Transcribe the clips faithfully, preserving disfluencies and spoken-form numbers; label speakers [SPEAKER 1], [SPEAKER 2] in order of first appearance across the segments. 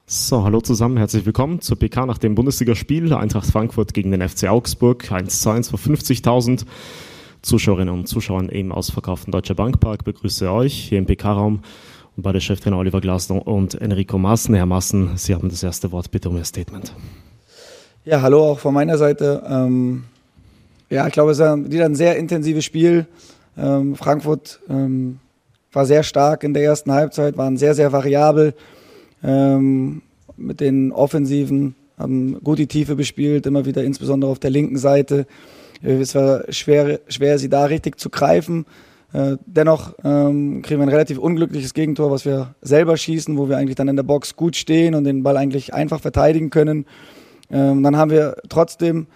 [SPEAKER 1] So, hallo zusammen, herzlich willkommen zur P K nach dem Bundesligaspiel Eintracht Frankfurt gegen den F C Augsburg. eins zu eins vor fünfzigtausend Zuschauerinnen und Zuschauern im ausverkauften Deutscher Bankpark. Begrüße euch hier im P K-Raum und beide Cheftrainer Oliver Glasner und Enrico Maaßen. Herr Maaßen, Sie haben das erste Wort, bitte um Ihr Statement.
[SPEAKER 2] Ja, hallo auch von meiner Seite. Ähm, ja, ich glaube, es war wieder ein sehr intensives Spiel. Ähm, Frankfurt ähm, war sehr stark in der ersten Halbzeit, waren sehr, sehr variabel. Ähm, mit den Offensiven, haben gut die Tiefe bespielt, immer wieder insbesondere auf der linken Seite. Äh, es war schwer, schwer, sie da richtig zu greifen. Äh, dennoch ähm, kriegen wir ein relativ unglückliches Gegentor, was wir selber schießen, wo wir eigentlich dann in der Box gut stehen und den Ball eigentlich einfach verteidigen können. Ähm, dann haben wir trotzdem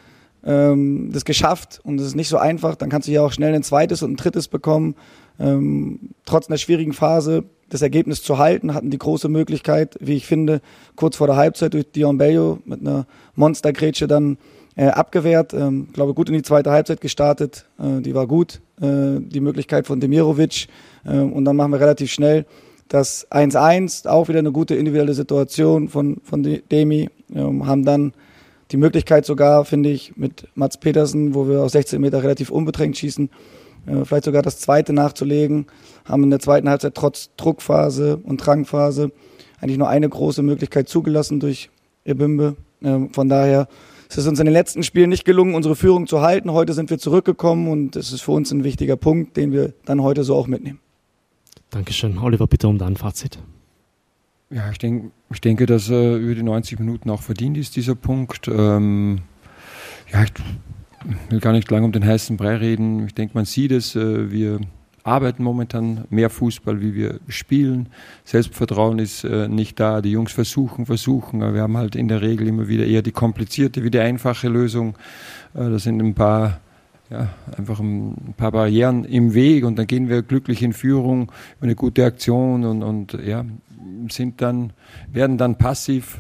[SPEAKER 2] ähm, das geschafft und es ist nicht so einfach. Dann kannst du hier auch schnell ein zweites und ein drittes bekommen. Ähm, trotz einer schwierigen Phase das Ergebnis zu halten, hatten die große Möglichkeit, wie ich finde, kurz vor der Halbzeit durch Dion Bello mit einer Monstergrätsche dann äh, abgewehrt. Ich ähm, glaube, gut in die zweite Halbzeit gestartet, äh, die war gut, äh, die Möglichkeit von Demirovic äh, und dann machen wir relativ schnell das eins eins, auch wieder eine gute individuelle Situation von, von Demi, äh, haben dann die Möglichkeit sogar, finde ich, mit Mats Petersen, wo wir aus sechzehn Meter relativ unbedrängt schießen, vielleicht sogar das zweite nachzulegen, haben in der zweiten Halbzeit trotz Druckphase und Drangphase eigentlich nur eine große Möglichkeit zugelassen durch Ebimbe. Von daher ist es uns in den letzten Spielen nicht gelungen, unsere Führung zu halten. Heute sind wir zurückgekommen und es ist für uns ein wichtiger Punkt, den wir dann heute so auch mitnehmen.
[SPEAKER 1] Dankeschön. Oliver, bitte um dein Fazit.
[SPEAKER 3] Ja, ich, denk, ich denke, dass äh, über die neunzig Minuten auch verdient ist, dieser Punkt. Ähm, ja, ich Ich will gar nicht lange um den heißen Brei reden. Ich denke, man sieht es. Wir arbeiten momentan mehr Fußball, wie wir spielen. Selbstvertrauen ist nicht da. Die Jungs versuchen, versuchen. Aber wir haben halt in der Regel immer wieder eher die komplizierte wie die einfache Lösung. Da sind ein paar, ja, einfach ein paar Barrieren im Weg und dann gehen wir glücklich in Führung über eine gute Aktion und, und ja, sind dann, werden dann passiv.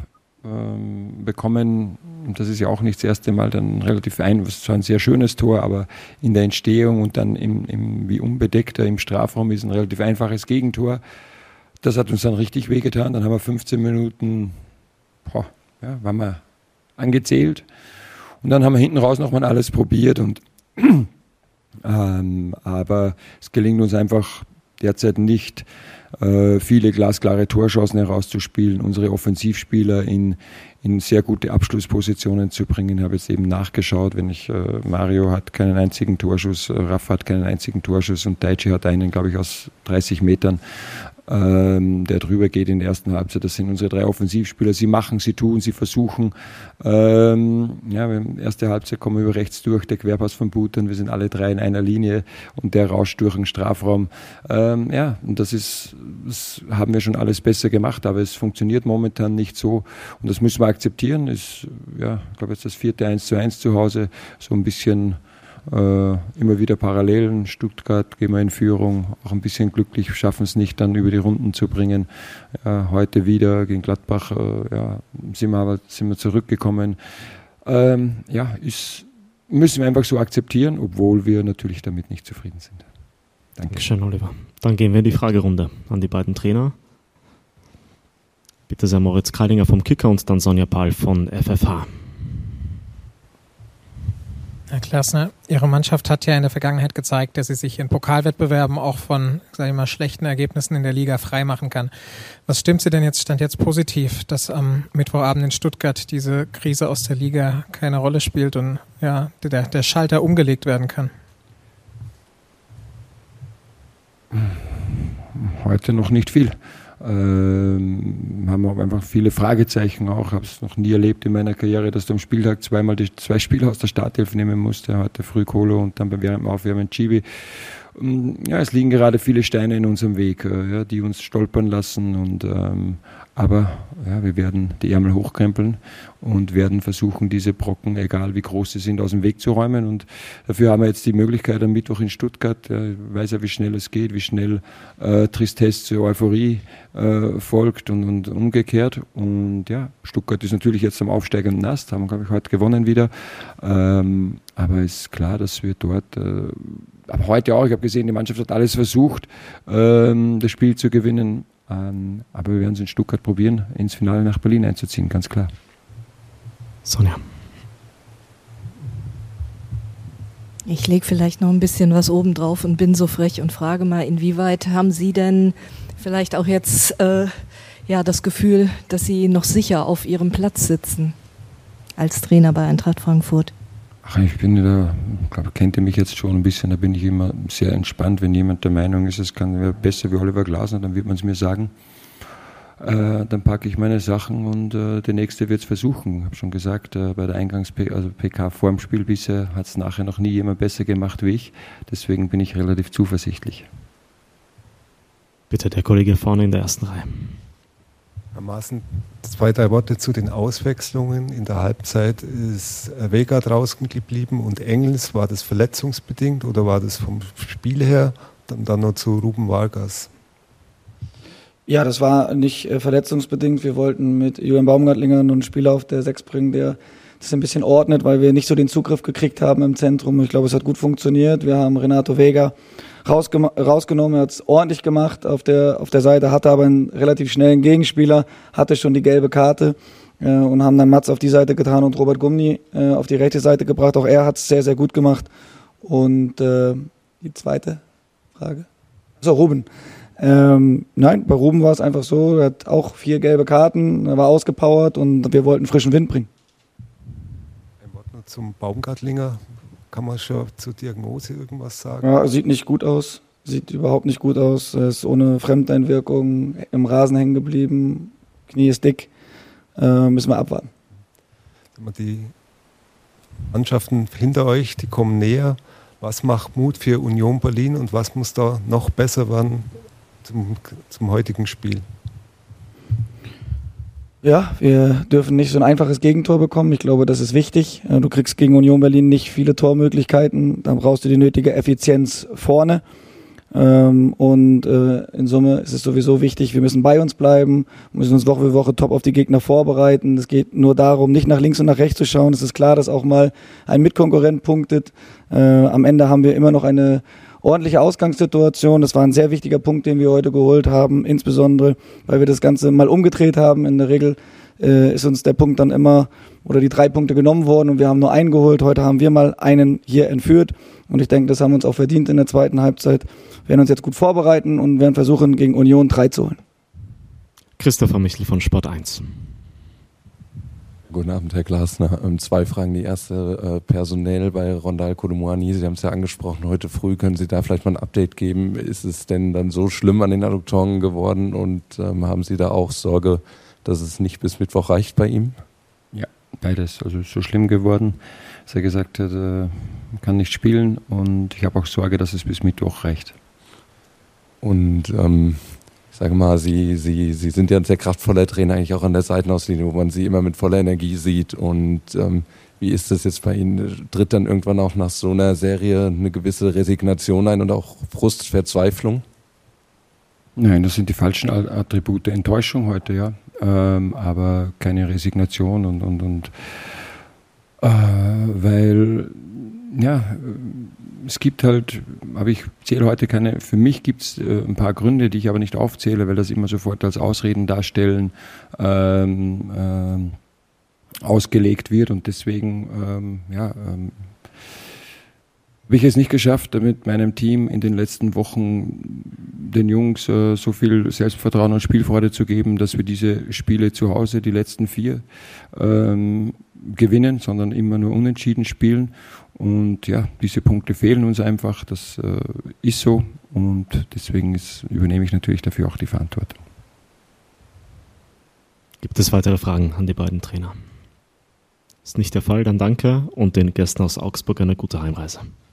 [SPEAKER 3] Ähm, bekommen, und das ist ja auch nicht das erste Mal, dann relativ ein, was zwar ein sehr schönes Tor, aber in der Entstehung und dann im, im, wie unbedeckter im Strafraum ist ein relativ einfaches Gegentor. Das hat uns dann richtig wehgetan. Dann haben wir fünfzehn Minuten, boah, ja, waren wir angezählt und dann haben wir hinten raus nochmal alles probiert und ähm, aber es gelingt uns einfach derzeit nicht, äh, viele glasklare Torchancen herauszuspielen, unsere Offensivspieler in, in sehr gute Abschlusspositionen zu bringen. Ich habe jetzt eben nachgeschaut, wenn ich, äh, Mario hat keinen einzigen Torschuss, äh, Rafa hat keinen einzigen Torschuss und Daichi hat einen, glaube ich, aus dreißig Metern, ähm, der drüber geht in der ersten Halbzeit. Das sind unsere drei Offensivspieler. Sie machen, sie tun, sie versuchen. Ähm, ja, in der ersten Halbzeit kommen wir über rechts durch, der Querpass von Butan. Wir sind alle drei in einer Linie und der rauscht durch den Strafraum. Ähm, ja, und das ist, das haben wir schon alles besser gemacht, aber es funktioniert momentan nicht so und das müssen wir akzeptieren. Ist, ja, ich glaube jetzt das vierte eins zu eins zu Hause, so ein bisschen Äh, immer wieder Parallelen. Stuttgart gehen wir in Führung, auch ein bisschen glücklich, schaffen es nicht dann über die Runden zu bringen. Ja, heute wieder gegen Gladbach äh, ja, sind, wir aber, sind wir zurückgekommen. Ähm, ja, ist, müssen wir einfach so akzeptieren, obwohl wir natürlich damit nicht zufrieden sind. Danke.
[SPEAKER 1] Dankeschön, Oliver. Dann gehen wir in die Fragerunde an die beiden Trainer. Bitte sehr Moritz Kreidinger vom Kicker und dann Sonja Pahl von F F H.
[SPEAKER 4] Herr Glasner, Ihre Mannschaft hat ja in der Vergangenheit gezeigt, dass sie sich in Pokalwettbewerben auch von, sage ich mal, schlechten Ergebnissen in der Liga freimachen kann. Was stimmt Sie denn jetzt, stand jetzt positiv, dass am Mittwochabend in Stuttgart diese Krise aus der Liga keine Rolle spielt und ja, der, der Schalter umgelegt werden kann?
[SPEAKER 3] Heute noch nicht viel. Ähm, haben auch einfach viele Fragezeichen auch. Ich habe es noch nie erlebt in meiner Karriere, dass du am Spieltag zweimal die zwei Spieler aus der Startelf nehmen musste. Heute früh Kolo und dann beim Aufwärmen Chibi. Ja, es liegen gerade viele Steine in unserem Weg, äh, ja, die uns stolpern lassen. Und, ähm, aber ja, wir werden die Ärmel hochkrempeln und werden versuchen, diese Brocken, egal wie groß sie sind, aus dem Weg zu räumen. Und dafür haben wir jetzt die Möglichkeit am Mittwoch in Stuttgart. Ja, ich weiß ja, wie schnell es geht, wie schnell äh, Tristesse zu Euphorie äh, folgt und, und umgekehrt. Und ja, Stuttgart ist natürlich jetzt am aufsteigenden Ast, haben, glaube ich, heute gewonnen wieder. Ähm, aber es ist klar, dass wir dort... Äh, aber heute auch, ich habe gesehen, die Mannschaft hat alles versucht, ähm, das Spiel zu gewinnen, Ähm, aber wir werden es in Stuttgart probieren, ins Finale nach Berlin einzuziehen, ganz klar.
[SPEAKER 1] Sonja.
[SPEAKER 5] Ich lege vielleicht noch ein bisschen was oben drauf und bin so frech und frage mal, inwieweit haben Sie denn vielleicht auch jetzt äh, ja, das Gefühl, dass Sie noch sicher auf Ihrem Platz sitzen als Trainer bei Eintracht Frankfurt?
[SPEAKER 3] Ach, ich bin da, ich glaube, kennt ihr mich jetzt schon ein bisschen, da bin ich immer sehr entspannt. Wenn jemand der Meinung ist, es kann besser wie Oliver Glasner, dann wird man es mir sagen. Äh, dann packe ich meine Sachen und äh, der Nächste wird es versuchen. Ich habe schon gesagt, äh, bei der Eingangs-P K vor dem Spiel bisher hat es nachher noch nie jemand besser gemacht wie ich. Deswegen bin ich relativ zuversichtlich.
[SPEAKER 1] Bitte der Kollege vorne in der ersten Reihe.
[SPEAKER 6] Herr Maaßen, zwei, drei Worte zu den Auswechslungen. In der Halbzeit ist Vega draußen geblieben und Engels. War das verletzungsbedingt oder war das vom Spiel her? Dann, dann noch zu Ruben Vargas.
[SPEAKER 2] Ja, das war nicht äh, verletzungsbedingt. Wir wollten mit Julian Baumgartlinger noch einen Spieler auf der sechs bringen, der das ein bisschen ordnet, weil wir nicht so den Zugriff gekriegt haben im Zentrum. Ich glaube, es hat gut funktioniert. Wir haben Renato Vega rausge- rausgenommen, er hat es ordentlich gemacht auf der, auf der Seite, hatte aber einen relativ schnellen Gegenspieler, hatte schon die gelbe Karte äh, und haben dann Mats auf die Seite getan und Robert Gumni äh, auf die rechte Seite gebracht. Auch er hat es sehr, sehr gut gemacht. Und äh, die zweite Frage? So, Ruben. Ähm, nein, bei Ruben war es einfach so, er hat auch vier gelbe Karten, er war ausgepowert und wir wollten frischen Wind bringen.
[SPEAKER 6] Ein Wort noch zum Baumgartlinger. Kann man schon zur Diagnose irgendwas sagen?
[SPEAKER 2] Ja, sieht nicht gut aus, sieht überhaupt nicht gut aus, er ist ohne Fremdeinwirkung im Rasen hängen geblieben, Knie ist dick, äh, müssen wir abwarten.
[SPEAKER 6] Die Mannschaften hinter euch, die kommen näher. Was macht Mut für Union Berlin und was muss da noch besser werden zum, zum heutigen Spiel?
[SPEAKER 2] Ja, wir dürfen nicht so ein einfaches Gegentor bekommen. Ich glaube, das ist wichtig. Du kriegst gegen Union Berlin nicht viele Tormöglichkeiten. Dann brauchst du die nötige Effizienz vorne. Und in Summe ist es sowieso wichtig, wir müssen bei uns bleiben, müssen uns Woche für Woche top auf die Gegner vorbereiten. Es geht nur darum, nicht nach links und nach rechts zu schauen. Es ist klar, dass auch mal ein Mitkonkurrent punktet. Am Ende haben wir immer noch eine ordentliche Ausgangssituation. Das war ein sehr wichtiger Punkt, den wir heute geholt haben, insbesondere, weil wir das Ganze mal umgedreht haben. In der Regel äh, ist uns der Punkt dann immer oder die drei Punkte genommen worden und wir haben nur einen geholt. Heute haben wir mal einen hier entführt und ich denke, das haben wir uns auch verdient in der zweiten Halbzeit. Wir werden uns jetzt gut vorbereiten und werden versuchen, gegen Union drei zu holen.
[SPEAKER 1] Christopher Michel von Sport eins.
[SPEAKER 7] Guten Abend, Herr Glasner. Zwei Fragen. Die erste, äh, personell bei Rondal Kolomoani. Sie haben es ja angesprochen, heute früh. Können Sie da vielleicht mal ein Update geben? Ist es denn dann so schlimm an den Adduktoren geworden und ähm, haben Sie da auch Sorge, dass es nicht bis Mittwoch reicht bei ihm?
[SPEAKER 3] Ja, beides. Also so schlimm geworden, dass er gesagt hat, er kann nicht spielen und ich habe auch Sorge, dass es bis Mittwoch reicht.
[SPEAKER 7] Und ähm, ich sage mal, Sie, Sie, Sie sind ja ein sehr kraftvoller Trainer, eigentlich auch an der Seitenauslinie, wo man Sie immer mit voller Energie sieht. Und ähm, wie ist das jetzt bei Ihnen? Tritt dann irgendwann auch nach so einer Serie eine gewisse Resignation ein und auch Frust, Verzweiflung?
[SPEAKER 3] Nein, das sind die falschen Attribute. Enttäuschung heute, ja. Ähm, aber keine Resignation und, und, und äh, weil, ja, es gibt halt, aber ich zähle heute keine, für mich gibt es äh, ein paar Gründe, die ich aber nicht aufzähle, weil das immer sofort als Ausreden darstellen ähm, ähm, ausgelegt wird und deswegen, ähm, ja, ähm, habe ich es nicht geschafft, mit meinem Team in den letzten Wochen den Jungs äh, so viel Selbstvertrauen und Spielfreude zu geben, dass wir diese Spiele zu Hause, die letzten vier, ähm, gewinnen, sondern immer nur unentschieden spielen. Und ja, diese Punkte fehlen uns einfach, das äh, ist so und deswegen ist, übernehme ich natürlich dafür auch die Verantwortung.
[SPEAKER 1] Gibt es weitere Fragen an die beiden Trainer? Ist nicht der Fall, dann danke und den Gästen aus Augsburg eine gute Heimreise.